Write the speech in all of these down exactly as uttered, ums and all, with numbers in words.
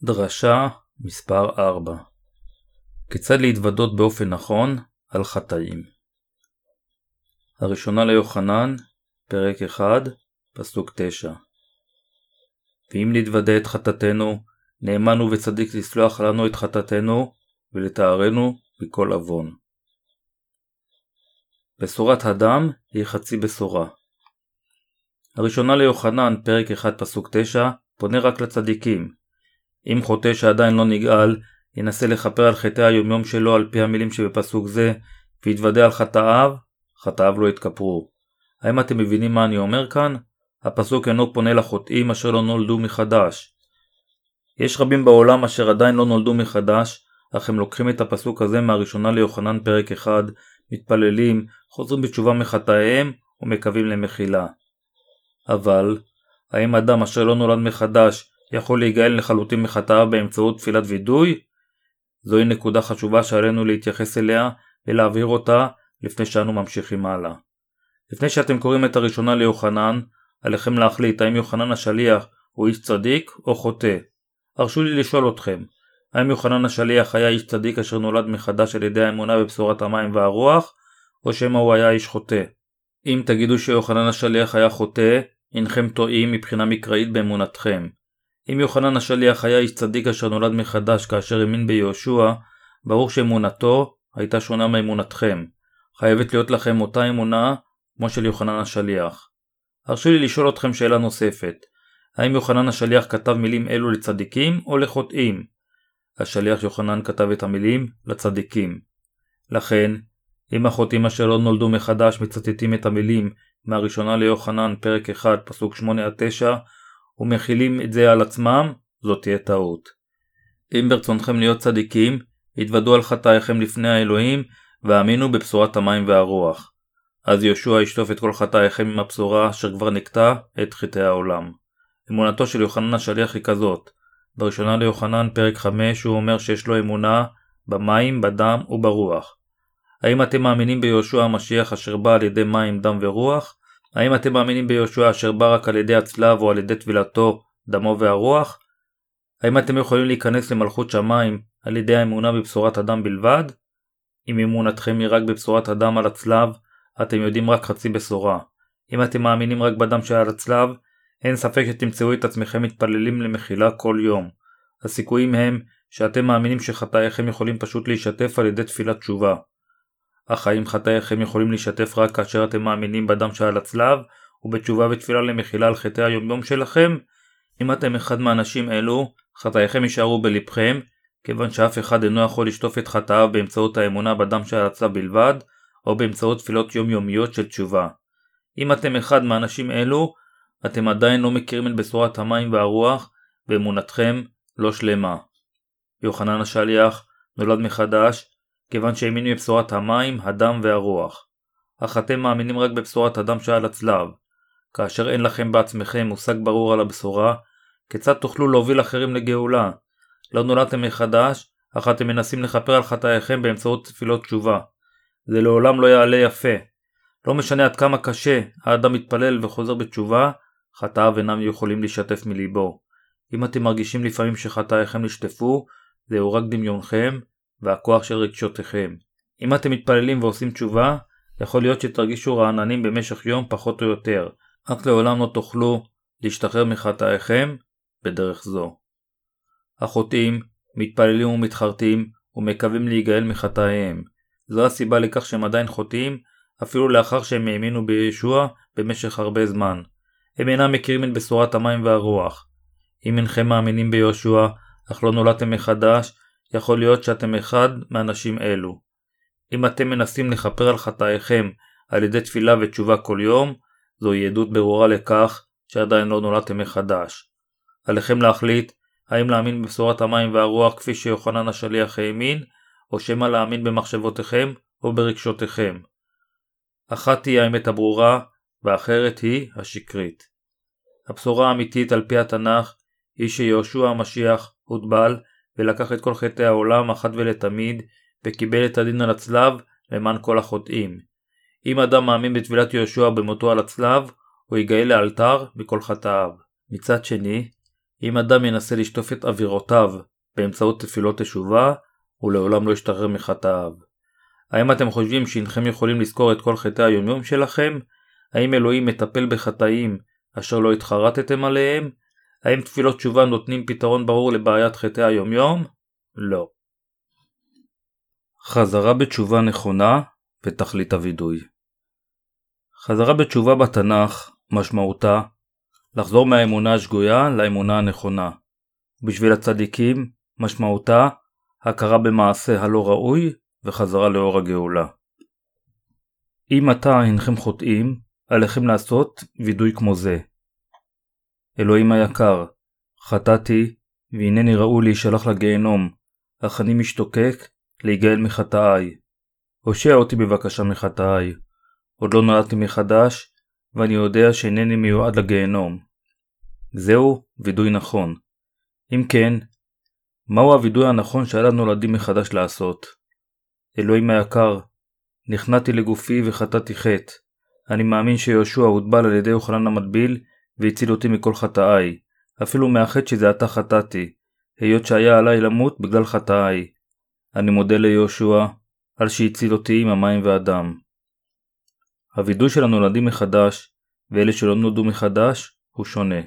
דרשה מספר ארבע. כיצד להתוודות באופן נכון על חטאים. הראשונה ליוחנן, פרק אחד, פסוק תשע. ואם נתוודה את חטאתנו, נאמן הוא וצדיק לסלוח לנו את חטאתנו ולטהרנו מכל עוון. בשורת הדם היא חצי בשורה. הראשונה ליוחנן, פרק אחד, פסוק תשע, פונה רק לצדיקים. אם חוטא שעדיין לא נגאל, ינסה לכפר על חטאי היומיום שלו על פי המילים שבפסוק זה, ויתוודה על חטאיו, חטאיו לא יתכפרו. האם אתם מבינים מה אני אומר כאן? הפסוק אינו פונה לחוטאים אשר לא נולדו מחדש. יש רבים בעולם אשר עדיין לא נולדו מחדש, אך הם לוקחים את הפסוק הזה מהראשונה ליוחנן פרק אחד, מתפללים, חוזרים בתשובה מחטאיהם ומקווים למחילה. אבל, האם אדם אשר לא נולד מחדש יכול להיגאל לחלוטין מחטאיו באמצעות תפילת וידוי? זוהי נקודה חשובה שעלינו להתייחס אליה ולהבהיר אותה לפני שאנו ממשיכים הלאה. לפני שאתם קוראים את הראשונה ליוחנן, עליכם להחליט האם יוחנן השליח הוא איש צדיק או חוטא. הרשו לי לשאול אתכם, האם יוחנן השליח היה איש צדיק אשר נולד מחדש על ידי האמונה בבשורת המים והרוח, או שמא הוא היה איש חוטא? אם תגידו שיוחנן השליח היה חוטא, אינכם טועים מבחינה מקראית באמונתכם. אם יוחנן השליח היה איש צדיק אשר נולד מחדש כאשר האמין ביהושע, ברור שאמונתו הייתה שונה מאמונתכם. חייבת להיות לכם אותה אמונה כמו של יוחנן השליח. הרשו לי לשאול אתכם שאלה נוספת. האם יוחנן השליח כתב מילים אלו לצדיקים או לחוטאים? השליח יוחנן כתב את המילים לצדיקים. לכן, אם החוטאים אשר לא נולדו מחדש מצטטים את המילים מהראשונה ליוחנן פרק אחד פסוק שמונה עד תשע ומכילים את זה על עצמם, זאת תהיה טעות. אם ברצונכם להיות צדיקים, התוודו על חטאיכם לפני האלוהים והאמינו בבשורת המים והרוח. אז יהושע ישטוף את כל חטאיכם עם הבשורה אשר כבר נקטע את חטאי העולם. אמונתו של יוחנן השליח היא כזאת. בראשונה ליוחנן פרק חמש הוא אומר שיש לו אמונה במים, בדם וברוח. האם אתם מאמינים ביהושע המשיח אשר בא על ידי מים, דם ורוח? האם אתם מאמינים ביהושע אשר בא רק על ידי הצלב או על ידי טבילתו, דמו והרוח? האם אתם יכולים להיכנס למלכות שמיים על ידי האמונה בבשורת הדם בלבד? אם אמונתכם היא רק בבשורת הדם על הצלב, אתם יודעים רק חצי בשורה. אם אתם מאמינים רק בדם שעל הצלב, אין ספק שתמצאו את עצמכם מתפללים למחילה כל יום. הסיכויים הם שאתם מאמינים שחטאיכם יכולים פשוט להישטף על ידי תפילת תשובה. אך האם חטאיכם יכולים להישטף רק כאשר אתם מאמינים בדם שעל הצלב ובתשובה ותפילה למחילה על חטאי היומיום שלכם? אם אתם אחד מהאנשים אלו, חטאיכם יישארו בלבכם, כיוון שאף אחד אינו יכול לשטוף את חטאיו באמצעות האמונה בדם שעל הצלב בלבד, או באמצעות תפילות יומיומיות של תשובה. אם אתם אחד מהאנשים אלו, אתם עדיין לא מכירים את בשורת המים והרוח, ואמונתכם לא שלמה. יוחנן השליח נולד מחדש, כיוון שהאמינו בבשורת המים, הדם והרוח. אך אתם מאמינים רק בבשורת הדם שעל הצלב. כאשר אין לכם בעצמכם מושג ברור על הבשורה, כיצד תוכלו להוביל אחרים לגאולה? לא נולדתם מחדש, אך אתם מנסים לכפר על חטאיכם באמצעות תפילות תשובה. זה לעולם לא יעלה יפה. לא משנה עד כמה קשה האדם מתפלל וחוזר בתשובה, חטאיו אינם יכולים להשתף מליבו. אם אתם מרגישים לפעמים שחטאיכם נשטפו, זהו רק דמיונכם והכוח של רגשותיכם. אם אתם מתפללים ועושים תשובה, יכול להיות שתרגישו רעננים במשך יום פחות או יותר, אך לעולם לא תוכלו להשתחרר מחטאיכם בדרך זו. החוטאים מתפללים ומתחרטים ומקווים להיגאל מחטאיהם. זו הסיבה לכך שהם עדיין חוטאים, אפילו לאחר שהם האמינו בישוע במשך הרבה זמן. הם אינם מכירים את בשורת המים והרוח. אם אינכם מאמינים בישוע, אך לא נולדתם מחדש, יכול להיות שאתם אחד מאנשים אלו. אם אתם מנסים לכפר על חטאיכם על ידי תפילה ותשובה כל יום, זוהי עדות ברורה לכך שעדיין לא נולדתם מחדש. עליכם להחליט האם להאמין בבשורת המים והרוח כפי שיוחנן השליח האמין, או שמא להאמין במחשבותיכם או ברגשותיכם. אחת היא האמת הברורה, ואחרת היא השקרית. הבשורה האמיתית על פי התנ"ך היא שיהושע המשיח הוטבל ולקח את כל חטאי העולם אחת ולתמיד, וקיבל את הדין על הצלב למען כל החוטאים. אם אדם מאמין בטבילת יהושע במותו על הצלב, הוא ייגאל לאלתר מכל חטאיו. מצד שני, אם אדם ינסה לשטוף את עבירותיו באמצעות תפילות תשובה, הוא לעולם לא ישתחרר מחטאיו. האם אתם חושבים שאינכם יכולים לזכור את כל חטאי היומיום שלכם? האם אלוהים מטפל בחטאים אשר לא התחרטתם עליהם? האם תפילות תשובה נותנים פתרון ברור לבעיית חטאי היומיום? לא. חזרה בתשובה נכונה ותכלית הווידוי. חזרה בתשובה בתנ"ך משמעותה לחזור מהאמונה השגויה לאמונה הנכונה. בשביל הצדיקים משמעותה הכרה במעשה הלא ראוי וחזרה לאור הגאולה. אם עתה אינכם חוטאים, עליכם לעשות וידוי כמו זה. אלוהים היקר, חטאתי והנני ראוי להישלח לגיהנום, אך אני משתוקק להיגאל מחטאיי. הושע אותי בבקשה מחטאיי. עוד לא נולדתי מחדש, ואני יודע שאינני מיועד לגיהנום. זהו וידוי נכון. אם כן, מהו הוידוי הנכון שעל הנולדים מחדש לעשות? אלוהים היקר, נכנעתי לגופי וחטאתי חטא. אני מאמין שיהושע הוטבל על ידי יוחנן המטביל והציל אותי מכל חטאיי, אפילו מהחטא שזה עתה חטאתי, היות שהיה עליי למות בגלל חטאיי. אני מודה ליהושע על שהציל אותי עם המים והדם. הוידוי של הנולדים מחדש ואלה שלא נולדו מחדש הוא שונה.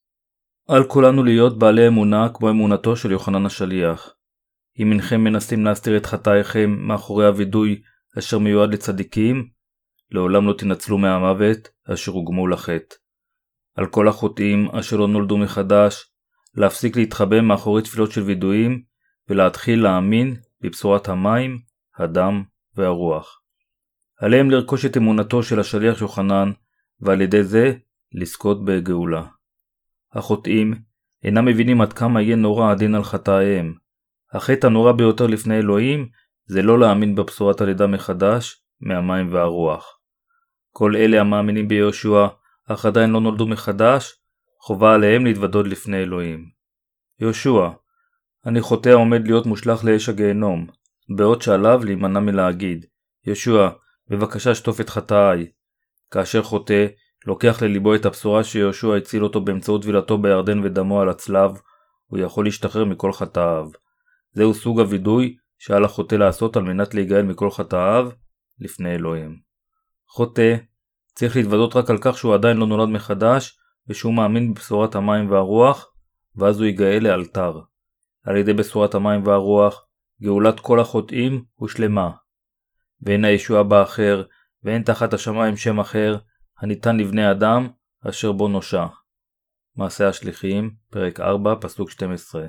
על כולנו להיות בעלי אמונה כמו אמונתו של יוחנן השליח. אם אינכם מנסים להסתיר את חטאיכם מאחורי הוידוי אשר מיועד לצדיקים, לעולם לא תנצלו מהמוות אשר הוגמו לחטא. על כל החוטאים אשר לא נולדו מחדש, להפסיק להתחבא מאחורי תפילות של וידויים ולהתחיל להאמין בבשורת המים, הדם והרוח. עליהם לרכוש את אמונתו של השליח יוחנן ועל ידי זה לזכות בגאולה. החוטאים אינם מבינים עד כמה יהיה נורא הדין על חטאיהם. החטא הנורא ביותר לפני אלוהים זה לא להאמין בבשורת הלידה מחדש מהמים והרוח. כל אלה המאמינים ביהושע אך עדיין לא נולדו מחדש, חובה עליהם להתוודות לפני אלוהים. יהושע, אני חוטא עומד להיות מושלך לאש הגיהנום, בעוד שעליו להימנע מלהגיד, יהושע, בבקשה שטוף את חטאיי. כאשר חוטא, לוקח לליבו את הבשורה שיהושע הציל אותו באמצעות טבילתו בירדן ודמו על הצלב, הוא יכול להשתחרר מכל חטאיו. זהו סוג הווידוי שעל החוטא לעשות על מנת להיגאל מכל חטאיו לפני אלוהים. חוטא צריך להתוודות רק על כך שהוא עדיין לא נולד מחדש ושהוא מאמין בבשורת המים והרוח, ואז הוא ייגאל לאלתר. על ידי בשורת המים והרוח, גאולת כל החוטאים הושלמה. ואין הישוע באחר, ואין תחת השמיים שם אחר, הניתן לבני אדם אשר בו נושע. מעשה השליחים, פרק ארבע, פסוק שתים עשרה.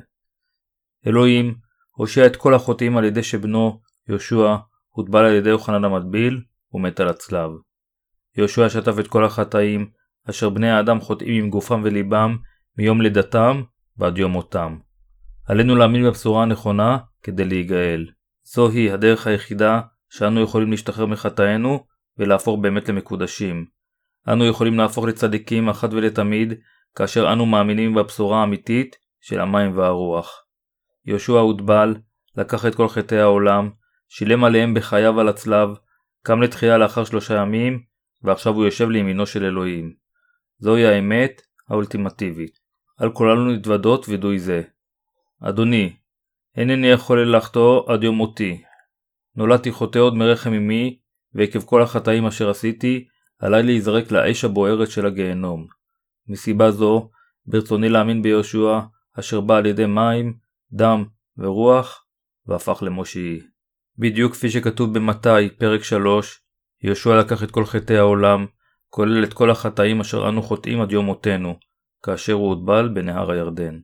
אלוהים הושיע את כל החוטאים על ידי שבנו, יהושע, הוטבל על ידי יוחנן המטביל ומת על הצלב. יהושע שטף את כל החטאים אשר בני האדם חוטאים עם גופם וליבם מיום לידתם ועד יום מותם. עלינו להאמין בבשורה הנכונה כדי להיגאל. זוהי הדרך היחידה שאנו יכולים להשתחרר מחטאינו ולהפוך באמת למקודשים. אנו יכולים להפוך לצדיקים אחת ולתמיד כאשר אנו מאמינים בבשורה האמיתית של המים והרוח. יהושע הוטבל, לקח את כל חטאי העולם, שילם עליהם בחייו על הצלב, קם לתחייה לאחר שלושה ימים, ועכשיו הוא יושב לימינו של אלוהים. זוהי האמת האולטימטיבית. על כולנו להתוודות וידוי זה. אדוני, אינני יכול לחטוא עד יום מותי. נולדתי חוטא עוד מרחם אמי, ועקב כל החטאים אשר עשיתי, עליי להיזרק לאש הבוערת של הגיהנום. מסיבה זו, ברצוני להאמין ביהושע, אשר בא על ידי מים, דם ורוח, והפך למושיעי. בדיוק כפי שכתוב במתי, פרק שלוש, יהושע לקח את כל חטאי העולם, כולל את כל החטאים אשר אנו חוטאים עד יום מותנו, כאשר הוא הוטבל בנהר הירדן.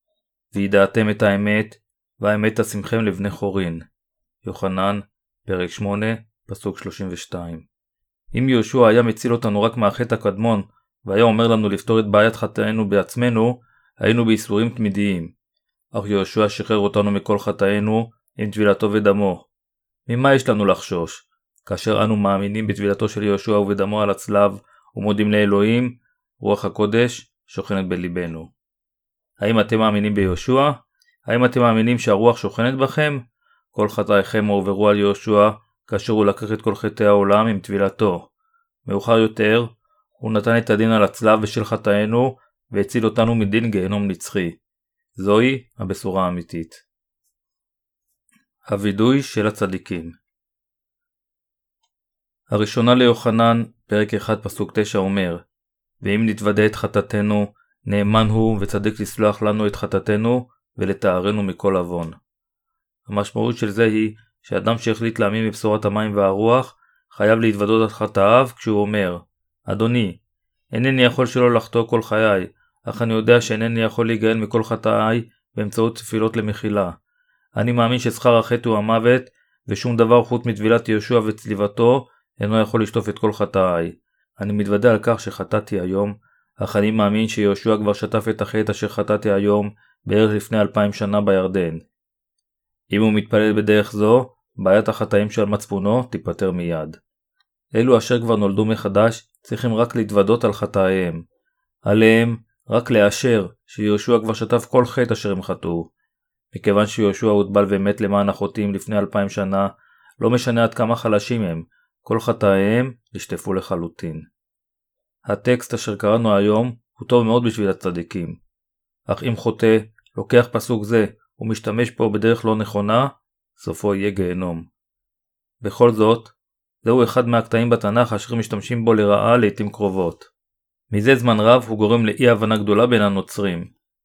וידעתם את האמת, והאמת תשימכם לבני חורין. יוחנן, פרק שמונה, פסוק שלושים ושתיים. אם יהושע היה מציל אותנו רק מהחטא הקדמון, והיה אומר לנו לפתור את בעיית חטאינו בעצמנו, היינו בייסורים תמידיים. אך יהושע שחרר אותנו מכל חטאינו עם טבילתו ודמו. ממה יש לנו לחשוש? כאשר אנו מאמינים בטבילתו של יהושע ובדמו על הצלב ומודים לאלוהים, רוח הקודש שוכנת בליבנו. האם אתם מאמינים ביהושע? האם אתם מאמינים שהרוח שוכנת בכם? כל חטאיכם הועברו על יהושע כאשר הוא לקח את כל חטאי העולם עם טבילתו. מאוחר יותר, הוא נתן את הדין על הצלב בשל חטאינו והציל אותנו מדין גיהנום נצחי. זוהי הבשורה האמיתית. הווידוי של הצדיקים. הראשונה ליוחנן, פרק אחד פסוק תשע אומר, ואם נתוודה את חטאתנו, נאמן הוא וצדיק לסלוח לנו את חטאתנו ולתארנו מכל עוון. המשמעות של זה היא שאדם שהחליט להאמין בבשורת המים והרוח, חייב להתוודות על חטאיו כשהוא אומר, אדוני, אינני יכול שלא לחטוא כל חיי, אך אני יודע שאינני יכול להיגאל מכל חטאיי באמצעות תפילות למחילה. אני מאמין ששכר החטא הוא המוות, ושום דבר חוץ מטבילת יהושע וצליבתו אינו יכול לשטוף את כל חטאיי. אני מתוודה על כך שחטאתי היום, אך אני מאמין שיהושע כבר שטף את החטא אשר חטאתי היום בערך לפני אלפיים שנה בירדן. אם הוא מתפלל בדרך זו, בעיית החטאים של מצפונו תיפטר מיד. אלו אשר כבר נולדו מחדש צריכים רק להתוודות על חטאיהם. עליהם רק לאשר שיהושע כבר שטף כל חטא אשר הם חטאו. מכיוון שיהושע הוטבל ומת למען החוטאים לפני אלפיים שנה, לא משנה עד כמה חלשים הם, כל חטאיהם נשטפו לחלוטין. הטקסט אשר קראנו היום הוא טוב מאוד בשביל הצדיקים. אך אם חוטא לוקח פסוק זה ומשתמש פה בדרך לא נכונה, סופו יהיה גיהנום. בכל זאת, זהו אחד מהקטעים בתנ"ך אשר משתמשים בו לרעה לעתים קרובות. מזה זמן רב הוא גורם לאי הבנה גדולה בין הנוצרים.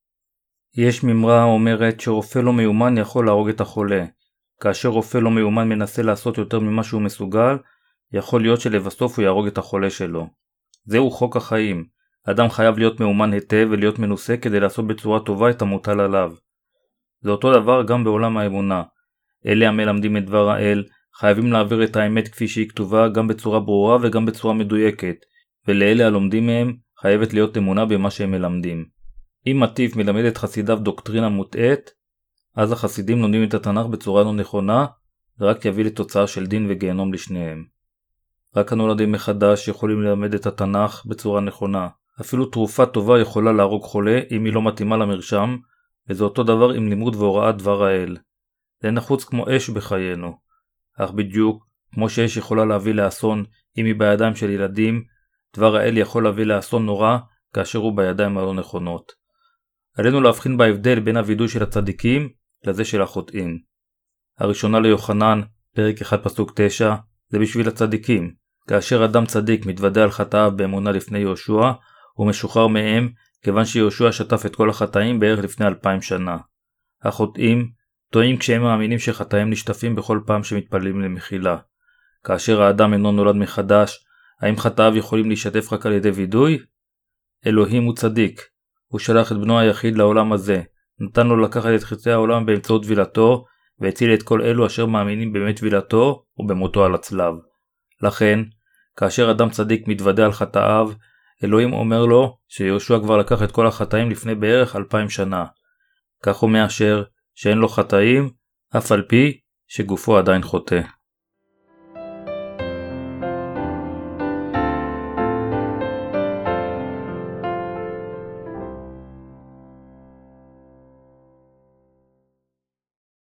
יש ממרה האומרת שרופא לא מיומן יכול להרוג את החולה. כאשר רופא לא מיומן מנסה לעשות יותר ממה שהוא מסוגל, יכול להיות שלבסוף הוא יהרוג את החולה שלו. זהו חוק החיים. אדם חייב להיות מאומן היטב ולהיות מנוסה כדי לעשות בצורה טובה את המוטל עליו. זה אותו דבר גם בעולם האמונה. אלה המלמדים את דבר האל חייבים להעביר את האמת כפי שהיא כתובה גם בצורה ברורה וגם בצורה מדויקת, ולאלה הלומדים מהם חייבת להיות אמונה במה שהם מלמדים. אם מטיף מלמד את חסידיו דוקטרינה מוטעת, אז החסידים לומדים את התנ"ך בצורה לא נכונה, ורק יביא לתוצאה של דין וגיהנום לשניהם. רק הנולדים מחדש יכולים ללמד את התנ"ך בצורה נכונה. אפילו תרופה טובה יכולה להרוג חולה אם היא לא מתאימה למרשם, וזה אותו עם עם לימוד והוראת דבר האל. זה נחוץ כמו אש בחיינו. אך בדיוק, כמו שאש יכולה להביא לאסון אם היא בידיים של ילדים, דבר האל יכול להביא לאסון נורא כאשר הוא בידיים הלא נכונות. עלינו להבחין בהבדל בין הווידוי של הצדיקים לזה של החוטאים. הראשונה ליוחנן, פרק אחד פסוק תשע, זה בשביל הצדיקים. כאשר אדם צדיק מתוודה על חטאיו באמונה לפני יהושע, הוא משוחרר מהם כיוון שיהושע שטף את כל החטאים בערך לפני אלפיים שנה. החוטאים טועים כשהם מאמינים שחטאים נשטפים בכל פעם שמתפללים למחילה. כאשר האדם אינו נולד מחדש, האם חטאיו יכולים להשתף רק על ידי וידוי? אלוהים הוא צדיק. הוא שלח את בנו היחיד לעולם הזה, נתן לו לקחת את חטאי העולם באמצעות טבילתו, והציל את כל אלו אשר מאמינים באמת טבילתו ובמותו על הצלב. לכן, כאשר אדם צדיק מתוודה על חטאיו, אלוהים אומר לו שיהושע כבר לקח את כל החטאים לפני בערך אלפיים שנה. כך הוא מאשר שאין לו חטאים, אף על פי שגופו עדיין חוטא.